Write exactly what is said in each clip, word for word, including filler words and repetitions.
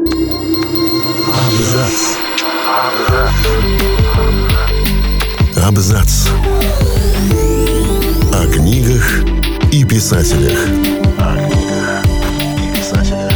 Абзац. Абзац. О книгах и писателях. О книгах и писателях.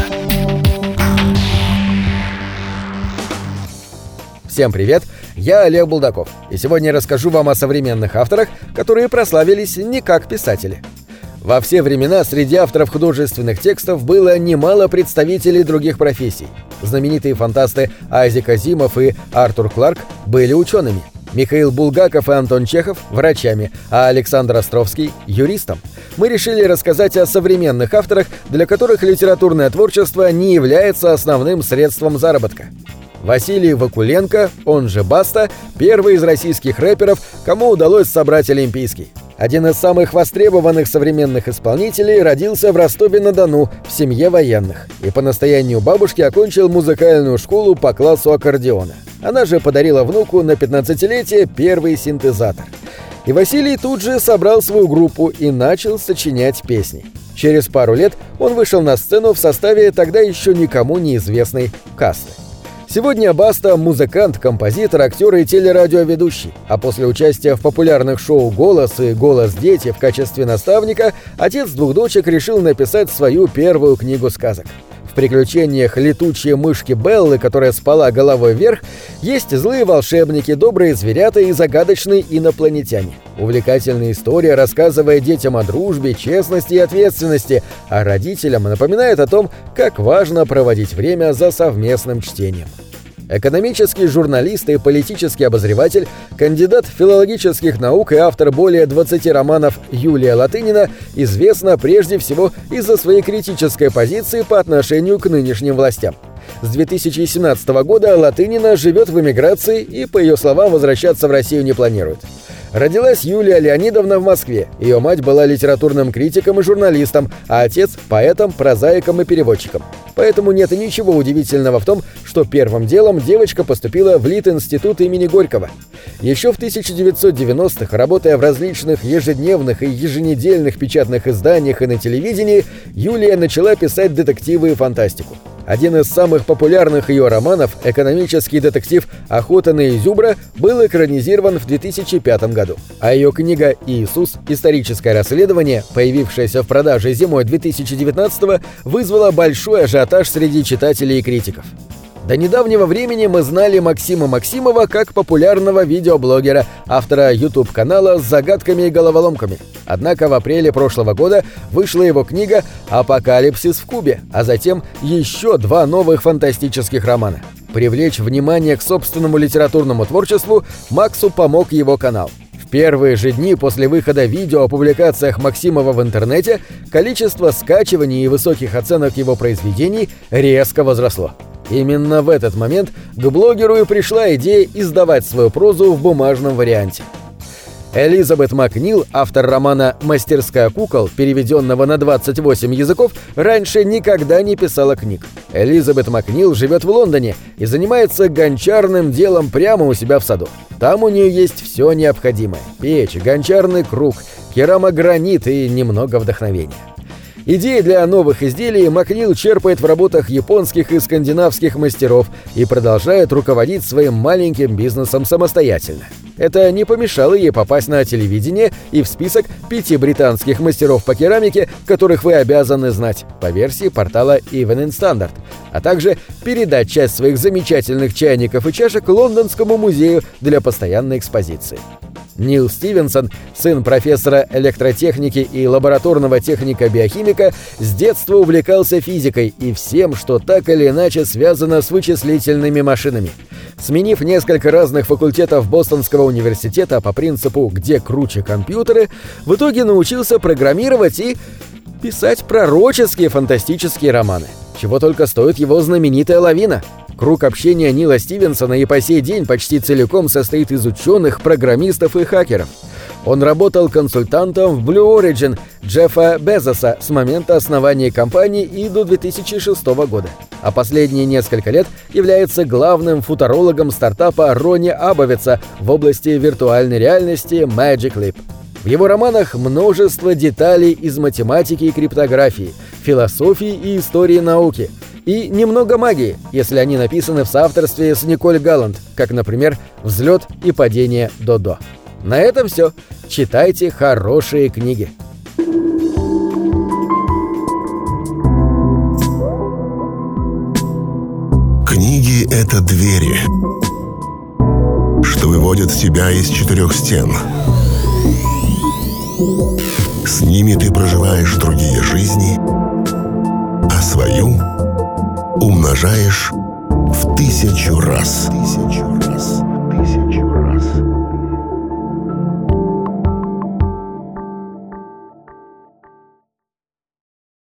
Всем привет, я Олег Булдаков, и сегодня я расскажу вам о современных авторах, которые прославились не как писатели. Во все времена среди авторов художественных текстов было немало представителей других профессий. Знаменитые фантасты Айзек Азимов и Артур Кларк были учеными, Михаил Булгаков и Антон Чехов – врачами, а Александр Островский – юристом. Мы решили рассказать о современных авторах, для которых литературное творчество не является основным средством заработка. Василий Вакуленко, он же Баста, первый из российских рэперов, кому удалось собрать Олимпийский. Один из самых востребованных современных исполнителей родился в Ростове-на-Дону в семье военных и по настоянию бабушки окончил музыкальную школу по классу аккордеона. Она же подарила внуку на пятнадцатилетие первый синтезатор. И Василий тут же собрал свою группу и начал сочинять песни. Через пару лет он вышел на сцену в составе тогда еще никому неизвестной касты. Сегодня Баста – музыкант, композитор, актер и телерадиоведущий, а после участия в популярных шоу «Голос» и «Голос дети» в качестве наставника отец двух дочек решил написать свою первую книгу сказок. В приключениях летучей мышки Беллы, которая спала головой вверх, есть злые волшебники, добрые зверята и загадочные инопланетяне. Увлекательная история рассказывает детям о дружбе, честности и ответственности, а родителям напоминает о том, как важно проводить время за совместным чтением. Экономический журналист и политический обозреватель, кандидат филологических наук и автор более двадцати романов Юлия Латынина известна прежде всего из-за своей критической позиции по отношению к нынешним властям. С две тысячи семнадцатого года Латынина живет в эмиграции и, по ее словам, возвращаться в Россию не планирует. Родилась Юлия Леонидовна в Москве. Ее мать была литературным критиком и журналистом, а отец – поэтом, прозаиком и переводчиком. Поэтому нет ничего удивительного в том, что первым делом девочка поступила в Литинститут имени Горького. Еще в тысяча девятьсот девяностых, работая в различных ежедневных и еженедельных печатных изданиях и на телевидении, Юлия начала писать детективы и фантастику. Один из самых популярных ее романов, экономический детектив «Охота на изюбра», был экранизирован в две тысячи пятом году. А ее книга «Иисус. Историческое расследование», появившаяся в продаже зимой две тысячи девятнадцатого, вызвала большой ажиотаж среди читателей и критиков. До недавнего времени мы знали Максима Максимова как популярного видеоблогера, автора YouTube-канала с загадками и головоломками. Однако в апреле прошлого года вышла его книга «Апокалипсис в Кубе», а затем еще два новых фантастических романа. Привлечь внимание к собственному литературному творчеству Максу помог его канал. В первые же дни после выхода видео о публикациях Максимова в интернете количество скачиваний и высоких оценок его произведений резко возросло. Именно в этот момент к блогеру и пришла идея издавать свою прозу в бумажном варианте. Элизабет Макнил, автор романа «Мастерская кукол», переведенного на двадцать восемь языков, раньше никогда не писала книг. Элизабет Макнил живет в Лондоне и занимается гончарным делом прямо у себя в саду. Там у нее есть все необходимое – печь, гончарный круг, керамогранит и немного вдохновения. Идеи для новых изделий Макнил черпает в работах японских и скандинавских мастеров и продолжает руководить своим маленьким бизнесом самостоятельно. Это не помешало ей попасть на телевидение и в список пяти британских мастеров по керамике, которых вы обязаны знать, по версии портала Evening Standard, а также передать часть своих замечательных чайников и чашек Лондонскому музею для постоянной экспозиции. Нил Стивенсон, сын профессора электротехники и лабораторного техника-биохимика, с детства увлекался физикой и всем, что так или иначе связано с вычислительными машинами. Сменив несколько разных факультетов Бостонского университета по принципу «где круче компьютеры», в итоге научился программировать и писать пророческие фантастические романы. Чего только стоит его знаменитая «Лавина». Круг общения Нила Стивенсона и по сей день почти целиком состоит из ученых, программистов и хакеров. Он работал консультантом в Blue Origin Джеффа Безоса с момента основания компании и до две тысячи шестого года, а последние несколько лет является главным футурологом стартапа Рони Абовица в области виртуальной реальности Magic Leap. В его романах множество деталей из математики и криптографии, философии и истории науки. и немного магии, если они написаны в соавторстве с Николь Галланд, как, например, «Взлет и падение Додо». На этом все. Читайте хорошие книги. Книги — это двери, что выводят тебя из четырех стен. С ними ты проживаешь другие жизни, а свою умножаешь в тысячу раз. Тысячу раз.